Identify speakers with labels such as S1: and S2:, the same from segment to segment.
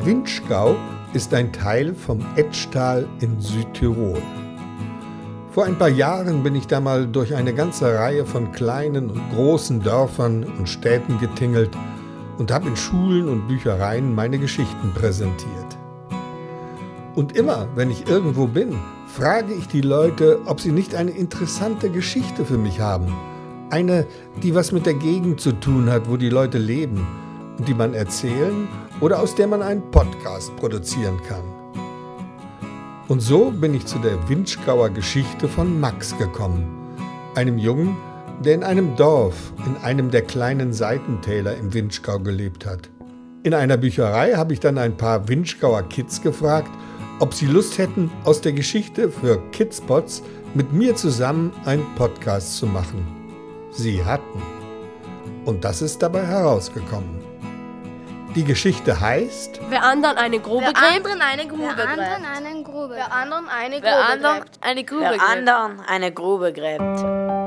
S1: Der Vinschgau ist ein Teil vom Etschtal in Südtirol. Vor ein paar Jahren bin ich da mal durch eine ganze Reihe von kleinen und großen Dörfern und Städten getingelt und habe in Schulen und Büchereien meine Geschichten präsentiert. Und immer, wenn ich irgendwo bin, frage ich die Leute, ob sie nicht eine interessante Geschichte für mich haben. Eine, die was mit der Gegend zu tun hat, wo die Leute leben und die man erzählen oder aus der man einen Podcast produzieren kann. Und so bin ich zu der Vinschgauer Geschichte von Max gekommen, einem Jungen, der in einem Dorf, in einem der kleinen Seitentäler im Vinschgau gelebt hat. In einer Bücherei habe ich dann ein paar Vinschgauer Kids gefragt, ob sie Lust hätten, aus der Geschichte für Kidspots mit mir zusammen einen Podcast zu machen. Sie hatten. Und das ist dabei herausgekommen. Die Geschichte heißt:
S2: Wer anderen eine Grube gräbt.
S3: Wer anderen eine Grube gräbt.
S2: Wer anderen eine Grube
S4: Wer anderen
S2: gräbt.
S4: eine Grube
S3: Wer
S4: gräbt.
S3: anderen eine Grube gräbt.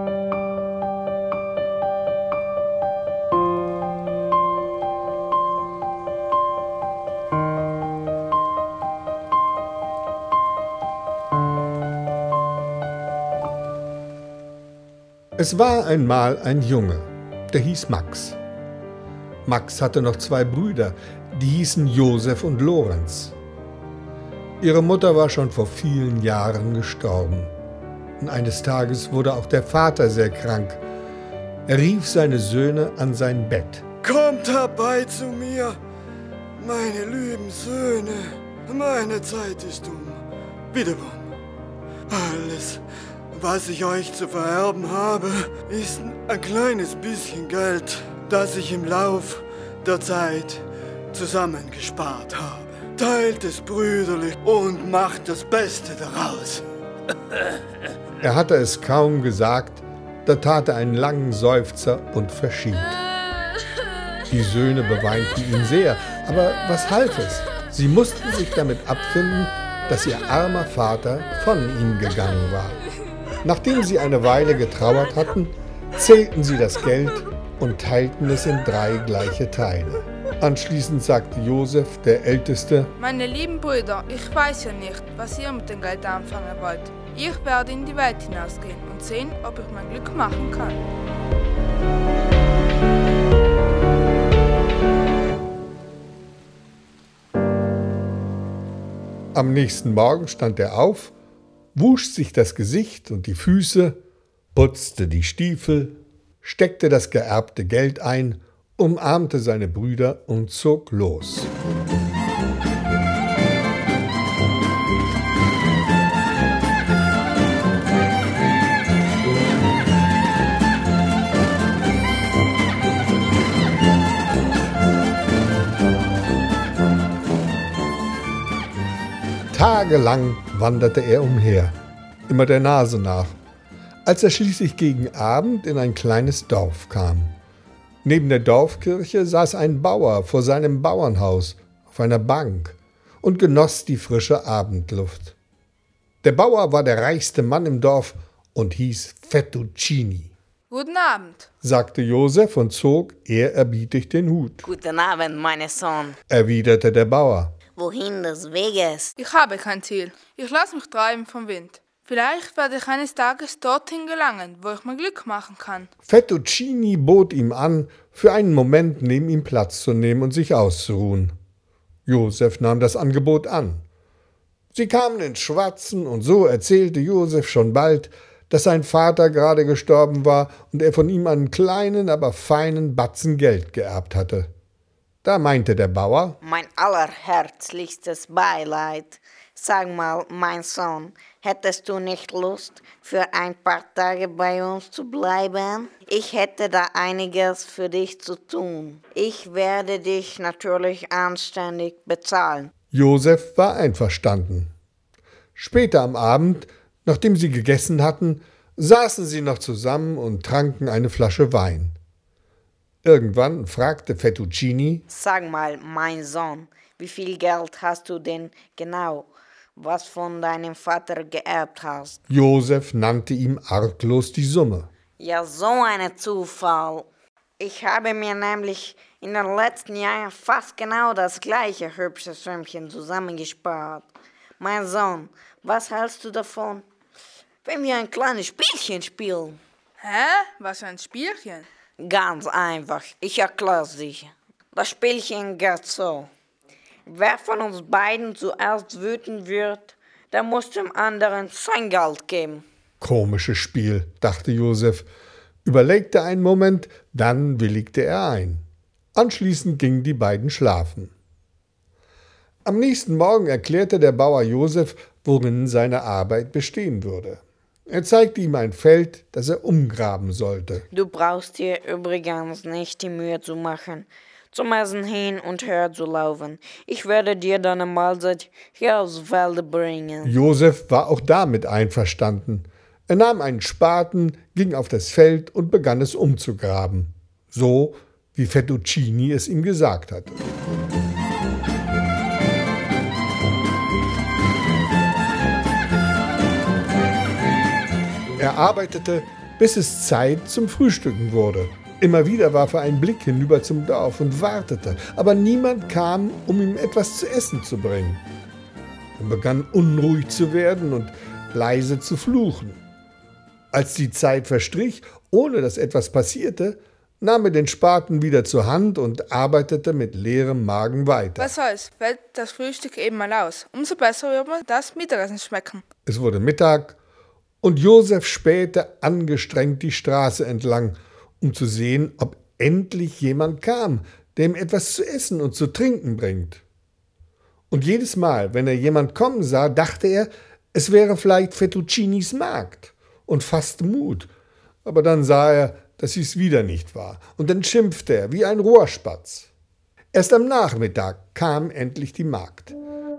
S1: Es war einmal ein Junge, der hieß Max. Max hatte noch 2 Brüder, die hießen Josef und Lorenz. Ihre Mutter war schon vor vielen Jahren gestorben. Und eines Tages wurde auch der Vater sehr krank. Er rief seine Söhne an sein Bett.
S5: Kommt herbei zu mir, meine lieben Söhne, meine Zeit ist um. Bitte wohl. Alles, was ich euch zu vererben habe, ist ein kleines bisschen Geld, das ich im Lauf der Zeit zusammengespart habe. Teilt es brüderlich und macht das Beste daraus.
S1: Er hatte es kaum gesagt, da tat er einen langen Seufzer und verschied. Die Söhne beweinten ihn sehr, aber was half es? Sie mussten sich damit abfinden, dass ihr armer Vater von ihnen gegangen war. Nachdem sie eine Weile getrauert hatten, zählten sie das Geld und teilten es in 3 gleiche Teile. Anschließend sagte Josef, der Älteste:
S6: Meine lieben Brüder, ich weiß ja nicht, was ihr mit dem Geld anfangen wollt. Ich werde in die Welt hinausgehen und sehen, ob ich mein Glück machen kann.
S1: Am nächsten Morgen stand er auf, wusch sich das Gesicht und die Füße, putzte die Stiefel, steckte das geerbte Geld ein, umarmte seine Brüder und zog los. Tagelang wanderte er umher, immer der Nase nach, als er schließlich gegen Abend in ein kleines Dorf kam. Neben der Dorfkirche saß ein Bauer vor seinem Bauernhaus auf einer Bank und genoss die frische Abendluft. Der Bauer war der reichste Mann im Dorf und hieß Fettuccini.
S6: Guten Abend.
S1: Sagte Josef und zog ehrerbietig den Hut.
S3: Guten Abend, mein Sohn.
S1: Erwiderte der Bauer.
S3: Wohin des Weges?
S6: Ich habe kein Ziel. Ich lasse mich treiben vom Wind. Vielleicht werde ich eines Tages dorthin gelangen, wo ich mein Glück machen kann.
S1: Fettuccini bot ihm an, für einen Moment neben ihm Platz zu nehmen und sich auszuruhen. Josef nahm das Angebot an. Sie kamen ins Schwatzen und so erzählte Josef schon bald, dass sein Vater gerade gestorben war und er von ihm einen kleinen, aber feinen Batzen Geld geerbt hatte. Da meinte der Bauer:
S3: Mein allerherzlichstes Beileid. Sag mal, mein Sohn, hättest du nicht Lust, für ein paar Tage bei uns zu bleiben? Ich hätte da einiges für dich zu tun. Ich werde dich natürlich anständig bezahlen.
S1: Josef war einverstanden. Später am Abend, nachdem sie gegessen hatten, saßen sie noch zusammen und tranken eine Flasche Wein. Irgendwann fragte Fettuccini:
S3: Sag mal, mein Sohn, wie viel Geld hast du denn genau, was von deinem Vater geerbt hast?
S1: Josef nannte ihm arglos die Summe.
S3: Ja, so ein Zufall. Ich habe mir nämlich in den letzten Jahren fast genau das gleiche hübsche Schwämmchen zusammengespart. Mein Sohn, was hältst du davon, wenn wir ein kleines Spielchen spielen?
S6: Hä? Was für ein Spielchen?
S3: Ganz einfach, ich erkläre dir. Das Spielchen geht so. Wer von uns beiden zuerst wütend wird, der muss dem anderen sein Geld geben.
S1: Komisches Spiel, dachte Josef, überlegte einen Moment, dann willigte er ein. Anschließend gingen die beiden schlafen. Am nächsten Morgen erklärte der Bauer Josef, worin seine Arbeit bestehen würde. Er zeigte ihm ein Feld, das er umgraben sollte.
S3: Du brauchst dir übrigens nicht die Mühe zu machen, zum Essen hin und her zu laufen. Ich werde dir deine Mahlzeit hier aufs Feld bringen.
S1: Josef war auch damit einverstanden. Er nahm einen Spaten, ging auf das Feld und begann es umzugraben. So, wie Fettuccini es ihm gesagt hatte. Er arbeitete, bis es Zeit zum Frühstücken wurde. Immer wieder warf er einen Blick hinüber zum Dorf und wartete, aber niemand kam, um ihm etwas zu essen zu bringen. Er begann unruhig zu werden und leise zu fluchen. Als die Zeit verstrich, ohne dass etwas passierte, nahm er den Spaten wieder zur Hand und arbeitete mit leerem Magen weiter.
S6: Was soll's, fällt das Frühstück eben mal aus. Umso besser wird mir das Mittagessen schmecken.
S1: Es wurde Mittag und Josef spähte angestrengt die Straße entlang, um zu sehen, ob endlich jemand kam, der ihm etwas zu essen und zu trinken bringt. Und jedes Mal, wenn er jemand kommen sah, dachte er, es wäre vielleicht Fettuccinis Magd und fasste Mut. Aber dann sah er, dass dies wieder nicht war, und dann schimpfte er wie ein Rohrspatz. Erst am Nachmittag kam endlich die Magd.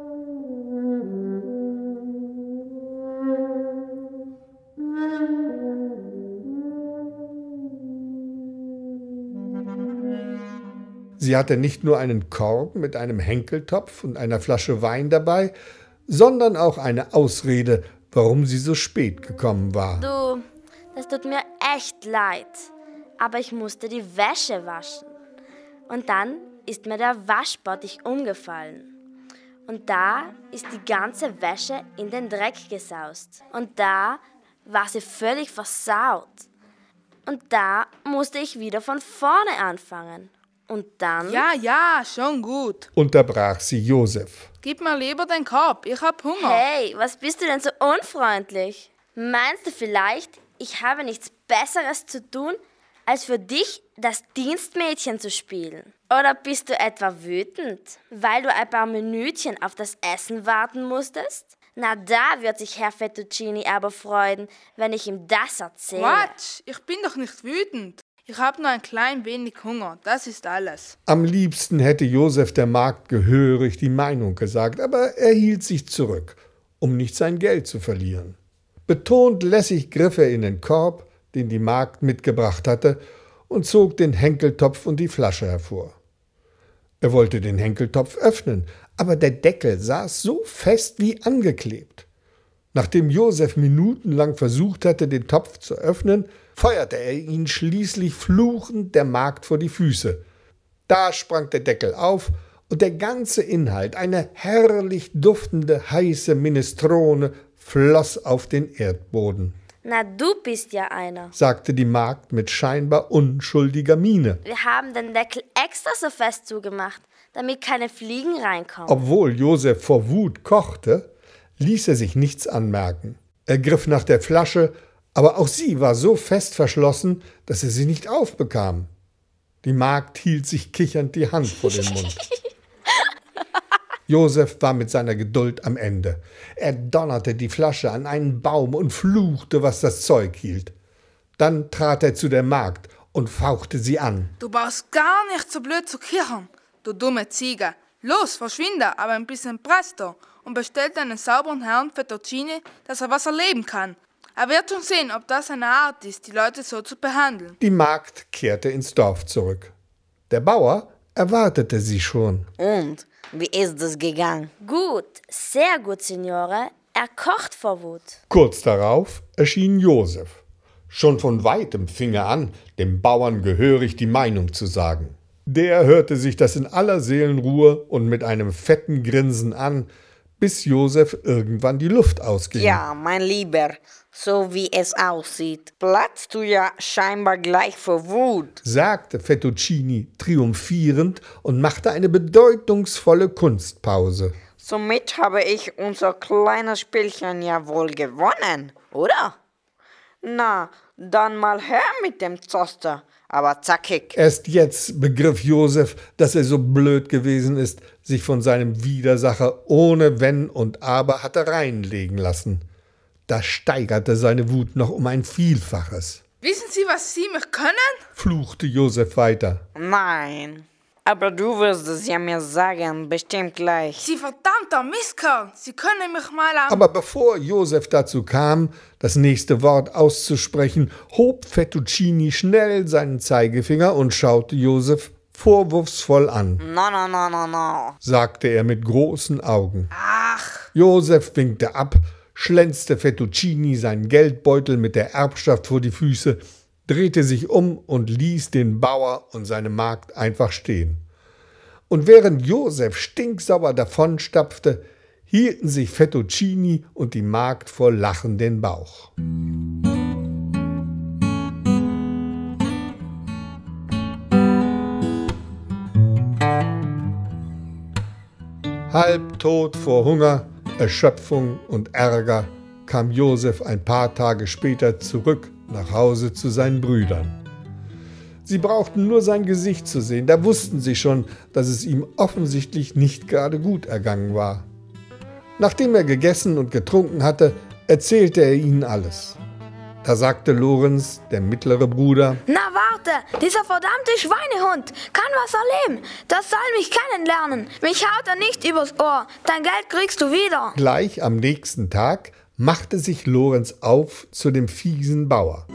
S1: Sie hatte nicht nur einen Korb mit einem Henkeltopf und einer Flasche Wein dabei, sondern auch eine Ausrede, warum sie so spät gekommen war.
S2: Du, das tut mir echt leid, aber ich musste die Wäsche waschen. Und dann ist mir der Waschbottich umgefallen. Und da ist die ganze Wäsche in den Dreck gesaust. Und da war sie völlig versaut. Und da musste ich wieder von vorne anfangen. Und dann...
S6: Ja, schon gut.
S1: Unterbrach sie Josef.
S6: Gib mir lieber den Korb, ich hab Hunger.
S2: Hey, was bist du denn so unfreundlich? Meinst du vielleicht, ich habe nichts Besseres zu tun, als für dich das Dienstmädchen zu spielen? Oder bist du etwa wütend, weil du ein paar Minütchen auf das Essen warten musstest? Na, da wird sich Herr Fettuccini aber freuen, wenn ich ihm das erzähle.
S6: Quatsch, ich bin doch nicht wütend. Ich habe nur ein klein wenig Hunger, das ist alles.
S1: Am liebsten hätte Josef der Magd gehörig die Meinung gesagt, aber er hielt sich zurück, um nicht sein Geld zu verlieren. Betont lässig griff er in den Korb, den die Magd mitgebracht hatte, und zog den Henkeltopf und die Flasche hervor. Er wollte den Henkeltopf öffnen, aber der Deckel saß so fest wie angeklebt. Nachdem Josef minutenlang versucht hatte, den Topf zu öffnen, feuerte er ihn schließlich fluchend der Magd vor die Füße. Da sprang der Deckel auf und der ganze Inhalt, eine herrlich duftende, heiße Minestrone, floss auf den Erdboden.
S2: Na, du bist ja einer,
S1: sagte die Magd mit scheinbar unschuldiger Miene.
S2: Wir haben den Deckel extra so fest zugemacht, damit keine Fliegen reinkommen.
S1: Obwohl Josef vor Wut kochte, ließ er sich nichts anmerken. Er griff nach der Flasche, aber auch sie war so fest verschlossen, dass er sie nicht aufbekam. Die Magd hielt sich kichernd die Hand vor den Mund. Josef war mit seiner Geduld am Ende. Er donnerte die Flasche an einen Baum und fluchte, was das Zeug hielt. Dann trat er zu der Magd und fauchte sie an.
S6: Du brauchst gar nicht so blöd zu kichern, du dumme Ziege. Los, verschwinde, aber ein bisschen presto und bestell einen sauberen Herrn Fettuccini, dass er was erleben kann. Er wird schon sehen, ob das eine Art ist, die Leute so zu behandeln.
S1: Die Magd kehrte ins Dorf zurück. Der Bauer erwartete sie schon.
S3: Und, wie ist es gegangen?
S2: Gut, sehr gut, Signore. Er kocht vor Wut.
S1: Kurz darauf erschien Josef. Schon von weitem fing er an, dem Bauern gehörig die Meinung zu sagen. Der hörte sich das in aller Seelenruhe und mit einem fetten Grinsen an, bis Josef irgendwann die Luft ausging.
S3: Ja, mein Lieber, so wie es aussieht, platzt du ja scheinbar gleich vor Wut,
S1: sagte Fettuccini triumphierend und machte eine bedeutungsvolle Kunstpause.
S3: Somit habe ich unser kleines Spielchen ja wohl gewonnen, oder? Na, dann mal her mit dem Zoster, aber zackig.
S1: Erst jetzt begriff Josef, dass er so blöd gewesen ist, sich von seinem Widersacher ohne Wenn und Aber hatte reinlegen lassen. Das steigerte seine Wut noch um ein Vielfaches.
S6: Wissen Sie, was Sie mich können?
S1: Fluchte Josef weiter.
S3: Nein, aber du wirst es ja mir sagen, bestimmt gleich.
S6: Sie verdammter Mistkerl, Sie können mich mal am...
S1: Aber bevor Josef dazu kam, das nächste Wort auszusprechen, hob Fettuccini schnell seinen Zeigefinger und schaute Josef vorwurfsvoll an.
S3: No,
S1: Sagte er mit großen Augen.
S6: Ach,
S1: Josef winkte ab, schlänzte Fettuccini seinen Geldbeutel mit der Erbschaft vor die Füße, drehte sich um und ließ den Bauer und seine Magd einfach stehen. Und während Josef stinksauer davonstapfte, hielten sich Fettuccini und die Magd vor Lachen den Bauch. Halbtot vor Hunger, Erschöpfung und Ärger kam Josef ein paar Tage später zurück nach Hause zu seinen Brüdern. Sie brauchten nur sein Gesicht zu sehen, da wussten sie schon, dass es ihm offensichtlich nicht gerade gut ergangen war. Nachdem er gegessen und getrunken hatte, erzählte er ihnen alles. Da sagte Lorenz, der mittlere Bruder:
S2: Na warte, dieser verdammte Schweinehund kann was erleben. Das soll mich kennenlernen. Mich haut er nicht übers Ohr. Dein Geld kriegst du wieder.
S1: Gleich am nächsten Tag machte sich Lorenz auf zu dem fiesen Bauer.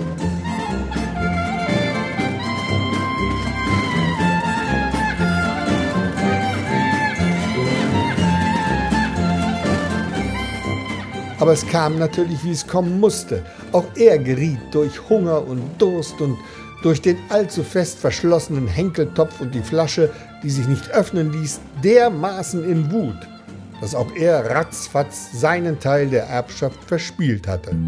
S1: Aber es kam natürlich, wie es kommen musste. Auch er geriet durch Hunger und Durst und durch den allzu fest verschlossenen Henkeltopf und die Flasche, die sich nicht öffnen ließ, dermaßen in Wut, dass auch er ratzfatz seinen Teil der Erbschaft verspielt hatte.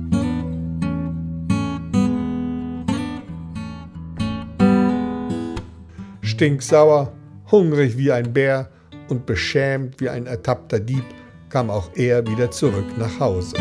S1: Stinksauer, hungrig wie ein Bär und beschämt wie ein ertappter Dieb, kam auch er wieder zurück nach Hause.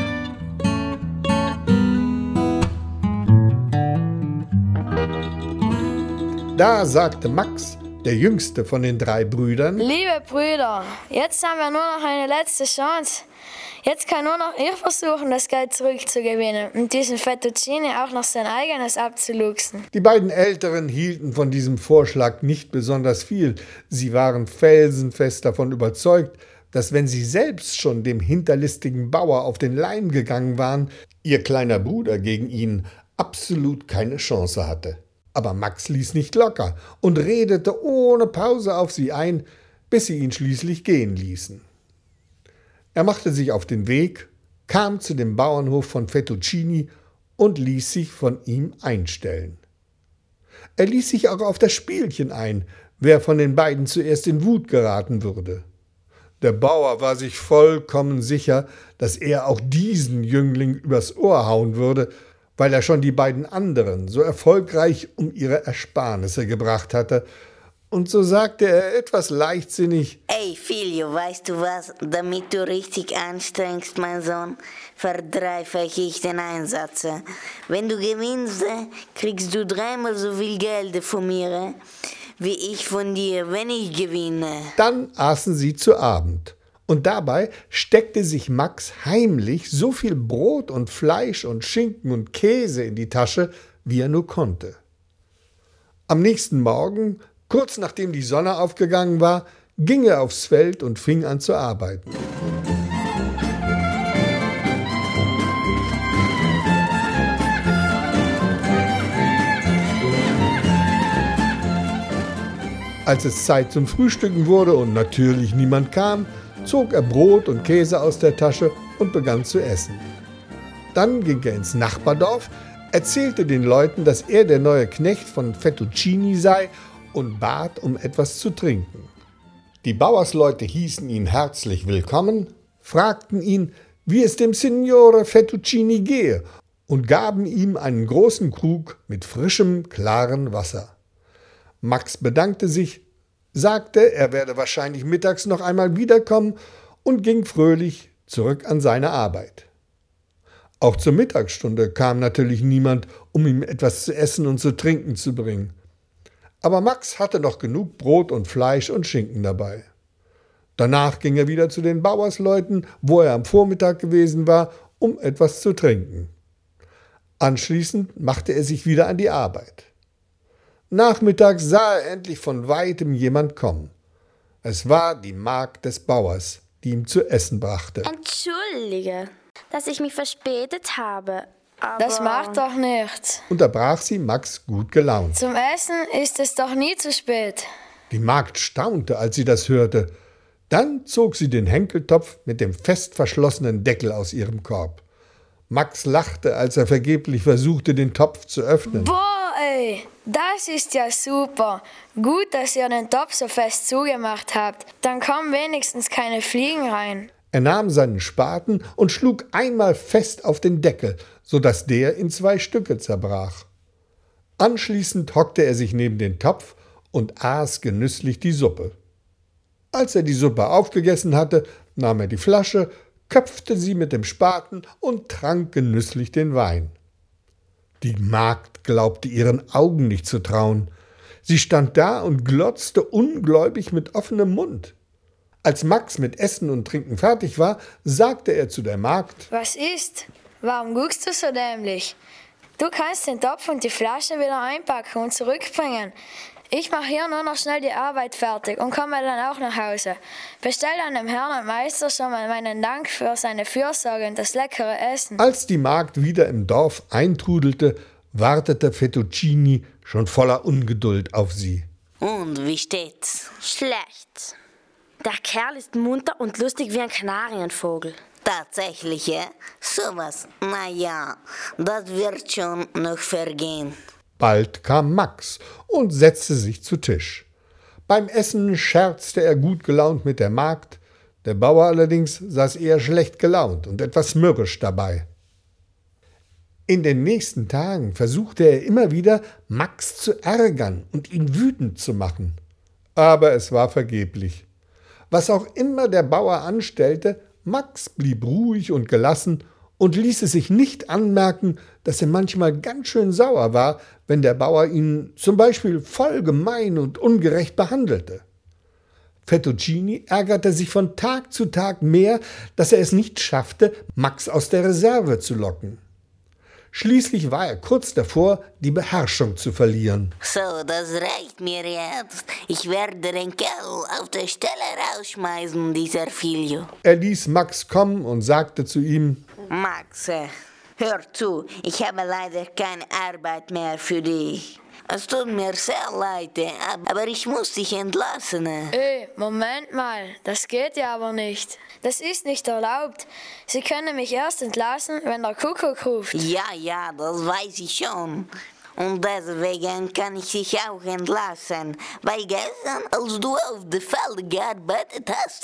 S1: Da sagte Max, der jüngste von den 3 Brüdern:
S4: Liebe Brüder, jetzt haben wir nur noch eine letzte Chance. Jetzt kann nur noch ihr versuchen, das Geld zurückzugewinnen und diesen Fettuccini auch noch sein eigenes abzuluxen.
S1: Die beiden Älteren hielten von diesem Vorschlag nicht besonders viel. Sie waren felsenfest davon überzeugt, dass wenn sie selbst schon dem hinterlistigen Bauer auf den Leim gegangen waren, ihr kleiner Bruder gegen ihn absolut keine Chance hatte. Aber Max ließ nicht locker und redete ohne Pause auf sie ein, bis sie ihn schließlich gehen ließen. Er machte sich auf den Weg, kam zu dem Bauernhof von Fettuccini und ließ sich von ihm einstellen. Er ließ sich auch auf das Spielchen ein, wer von den beiden zuerst in Wut geraten würde. Der Bauer war sich vollkommen sicher, dass er auch diesen Jüngling übers Ohr hauen würde, weil er schon die beiden anderen so erfolgreich um ihre Ersparnisse gebracht hatte. Und so sagte er etwas leichtsinnig:
S3: Ey, Filio, weißt du was? Damit du richtig anstrengst, mein Sohn, verdreifache ich den Einsatz. Wenn du gewinnst, kriegst du 3-mal so viel Geld von mir, wie ich von dir, wenn ich gewinne.
S1: Dann aßen sie zu Abend. Und dabei steckte sich Max heimlich so viel Brot und Fleisch und Schinken und Käse in die Tasche, wie er nur konnte. Am nächsten Morgen, kurz nachdem die Sonne aufgegangen war, ging er aufs Feld und fing an zu arbeiten. Als es Zeit zum Frühstücken wurde und natürlich niemand kam, zog er Brot und Käse aus der Tasche und begann zu essen. Dann ging er ins Nachbardorf, erzählte den Leuten, dass er der neue Knecht von Fettuccini sei und bat um etwas zu trinken. Die Bauersleute hießen ihn herzlich willkommen, fragten ihn, wie es dem Signore Fettuccini gehe und gaben ihm einen großen Krug mit frischem, klaren Wasser. Max bedankte sich, sagte, er werde wahrscheinlich mittags noch einmal wiederkommen und ging fröhlich zurück an seine Arbeit. Auch zur Mittagsstunde kam natürlich niemand, um ihm etwas zu essen und zu trinken zu bringen. Aber Max hatte noch genug Brot und Fleisch und Schinken dabei. Danach ging er wieder zu den Bauersleuten, wo er am Vormittag gewesen war, um etwas zu trinken. Anschließend machte er sich wieder an die Arbeit. Nachmittags sah er endlich von weitem jemand kommen. Es war die Magd des Bauers, die ihm zu essen brachte.
S2: Entschuldige, dass ich mich verspätet habe, aber...
S4: Das macht doch nichts.
S1: Unterbrach sie Max gut gelaunt.
S4: Zum Essen ist es doch nie zu spät.
S1: Die Magd staunte, als sie das hörte. Dann zog sie den Henkeltopf mit dem fest verschlossenen Deckel aus ihrem Korb. Max lachte, als er vergeblich versuchte, den Topf zu öffnen.
S4: Boah, ey, das ist ja super. Gut, dass ihr den Topf so fest zugemacht habt. Dann kommen wenigstens keine Fliegen rein.
S1: Er nahm seinen Spaten und schlug einmal fest auf den Deckel, sodass der in 2 Stücke zerbrach. Anschließend hockte er sich neben den Topf und aß genüsslich die Suppe. Als er die Suppe aufgegessen hatte, nahm er die Flasche, köpfte sie mit dem Spaten und trank genüsslich den Wein. Die Magd glaubte ihren Augen nicht zu trauen. Sie stand da und glotzte ungläubig mit offenem Mund. Als Max mit Essen und Trinken fertig war, sagte er zu der Magd:
S4: Was ist? Warum guckst du so dämlich? Du kannst den Topf und die Flasche wieder einpacken und zurückbringen. Ich mache hier nur noch schnell die Arbeit fertig und komme dann auch nach Hause. Bestell dann dem Herrn und Meister schon mal meinen Dank für seine Fürsorge und das leckere Essen.
S1: Als die Magd wieder im Dorf eintrudelte, wartete Fettuccini schon voller Ungeduld auf sie.
S3: Und wie steht's?
S2: Schlecht. Der Kerl ist munter und lustig wie ein Kanarienvogel.
S3: Tatsächlich, ja? Sowas, na ja, das wird schon noch vergehen.
S1: Bald kam Max und setzte sich zu Tisch. Beim Essen scherzte er gut gelaunt mit der Magd, der Bauer allerdings saß eher schlecht gelaunt und etwas mürrisch dabei. In den nächsten Tagen versuchte er immer wieder, Max zu ärgern und ihn wütend zu machen. Aber es war vergeblich. Was auch immer der Bauer anstellte, Max blieb ruhig und gelassen und ließ es sich nicht anmerken, dass er manchmal ganz schön sauer war, wenn der Bauer ihn zum Beispiel voll gemein und ungerecht behandelte. Fettuccini ärgerte sich von Tag zu Tag mehr, dass er es nicht schaffte, Max aus der Reserve zu locken. Schließlich war er kurz davor, die Beherrschung zu verlieren.
S3: So, das reicht mir jetzt. Ich werde den Kerl auf der Stelle rausschmeißen, dieser Filio.
S1: Er ließ Max kommen und sagte zu ihm:
S3: Max, hör zu, ich habe leider keine Arbeit mehr für dich. Es tut mir sehr leid, aber ich muss dich entlassen.
S4: Moment mal, das geht ja aber nicht. Das ist nicht erlaubt. Sie können mich erst entlassen, wenn der Kuckuck ruft.
S3: Ja, das weiß ich schon. Und deswegen kann ich dich auch entlassen. Weil gestern, als du auf der Felder gearbeitet hast,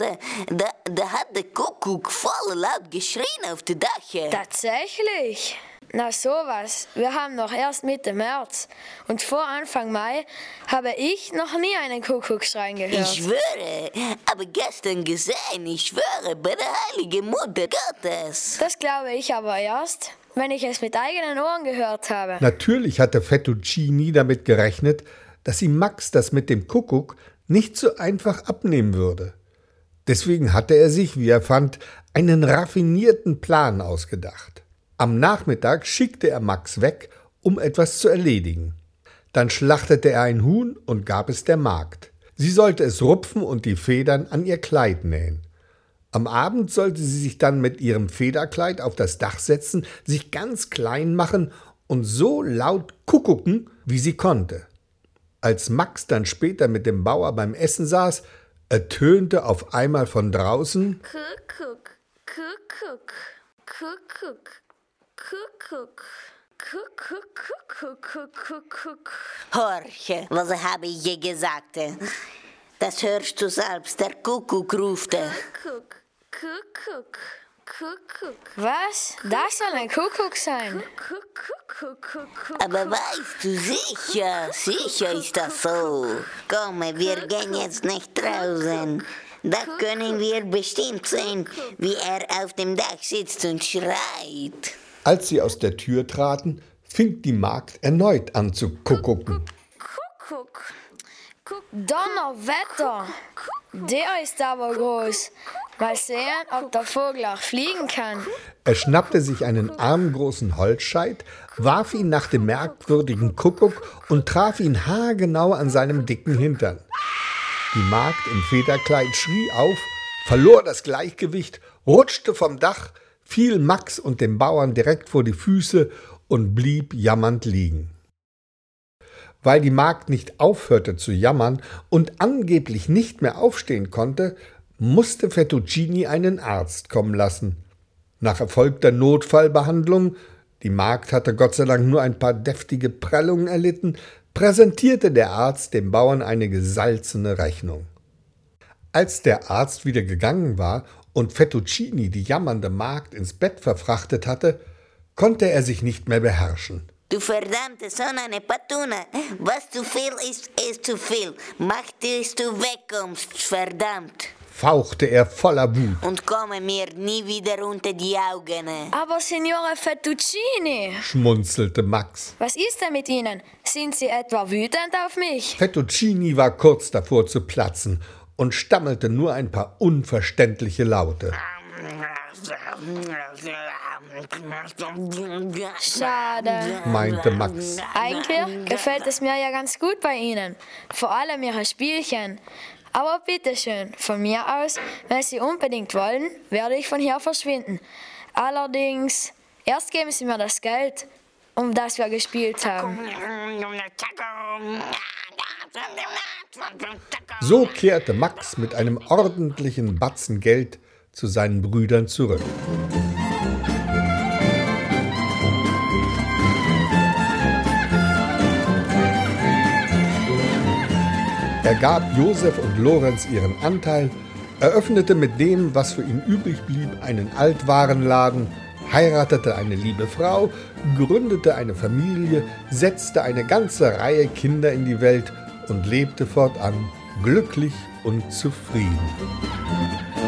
S3: da hat der Kuckuck voll laut geschrien auf der Dach.
S4: Tatsächlich? Na sowas, wir haben noch erst Mitte März und vor Anfang Mai habe ich noch nie einen Kuckucksschreien gehört.
S3: Ich schwöre, aber gestern gesehen, ich schwöre, bei der heiligen Mutter Gottes.
S4: Das glaube ich aber erst, wenn ich es mit eigenen Ohren gehört habe.
S1: Natürlich hatte Fettuccini damit gerechnet, dass ihm Max das mit dem Kuckuck nicht so einfach abnehmen würde. Deswegen hatte er sich, wie er fand, einen raffinierten Plan ausgedacht. Am Nachmittag schickte er Max weg, um etwas zu erledigen. Dann schlachtete er ein Huhn und gab es der Magd. Sie sollte es rupfen und die Federn an ihr Kleid nähen. Am Abend sollte sie sich dann mit ihrem Federkleid auf das Dach setzen, sich ganz klein machen und so laut kuckucken, wie sie konnte. Als Max dann später mit dem Bauer beim Essen saß, ertönte auf einmal von draußen:
S2: Kuckuck, Kuckuck, Kuckuck, Kuckuck.
S3: Horche, was habe ich je gesagt? Das hörst du selbst, der Kuckuck ruft.
S4: Was? Das soll ein Kuckuck sein.
S3: Aber weißt du sicher, sicher ist das so. Komm, wir gehen jetzt nach draußen. Da können wir bestimmt sehen, wie er auf dem Dach sitzt und schreit.
S1: Als sie aus der Tür traten, fing die Magd erneut an zu kuckucken.
S4: Donnerwetter! Der ist aber groß. Mal sehen, ob der Vogel auch fliegen kann.
S1: Er schnappte sich einen armgroßen Holzscheit, warf ihn nach dem merkwürdigen Kuckuck und traf ihn haargenau an seinem dicken Hintern. Die Magd im Federkleid schrie auf, verlor das Gleichgewicht, rutschte vom Dach, fiel Max und dem Bauern direkt vor die Füße und blieb jammernd liegen. Weil die Magd nicht aufhörte zu jammern und angeblich nicht mehr aufstehen konnte, musste Fettuccini einen Arzt kommen lassen. Nach erfolgter Notfallbehandlung, die Magd hatte Gott sei Dank nur ein paar deftige Prellungen erlitten, präsentierte der Arzt dem Bauern eine gesalzene Rechnung. Als der Arzt wieder gegangen war und Fettuccini die jammernde Magd ins Bett verfrachtet hatte, konnte er sich nicht mehr beherrschen.
S3: Du verdammte Sonne, eine Patuna. Was zu viel ist zu viel. Mach, dass du wegkommst, verdammt.
S1: Fauchte er voller Wut.
S3: Und komme mir nie wieder unter die Augen.
S4: Aber Signore Fettuccini,
S1: Schmunzelte Max.
S4: was ist denn mit Ihnen? Sind Sie etwa wütend auf mich?
S1: Fettuccini war kurz davor zu platzen und stammelte nur ein paar unverständliche Laute.
S4: Schade.
S1: Meinte Max.
S4: Eigentlich gefällt es mir ja ganz gut bei Ihnen. Vor allem Ihre Spielchen. Aber bitteschön, von mir aus, wenn Sie unbedingt wollen, werde ich von hier verschwinden. Allerdings, erst geben Sie mir das Geld, um das wir gespielt haben.
S1: So kehrte Max mit einem ordentlichen Batzen Geld zu seinen Brüdern zurück. Er gab Josef und Lorenz ihren Anteil, eröffnete mit dem, was für ihn übrig blieb, einen Altwarenladen, heiratete eine liebe Frau, gründete eine Familie, setzte eine ganze Reihe Kinder in die Welt und lebte fortan glücklich und zufrieden.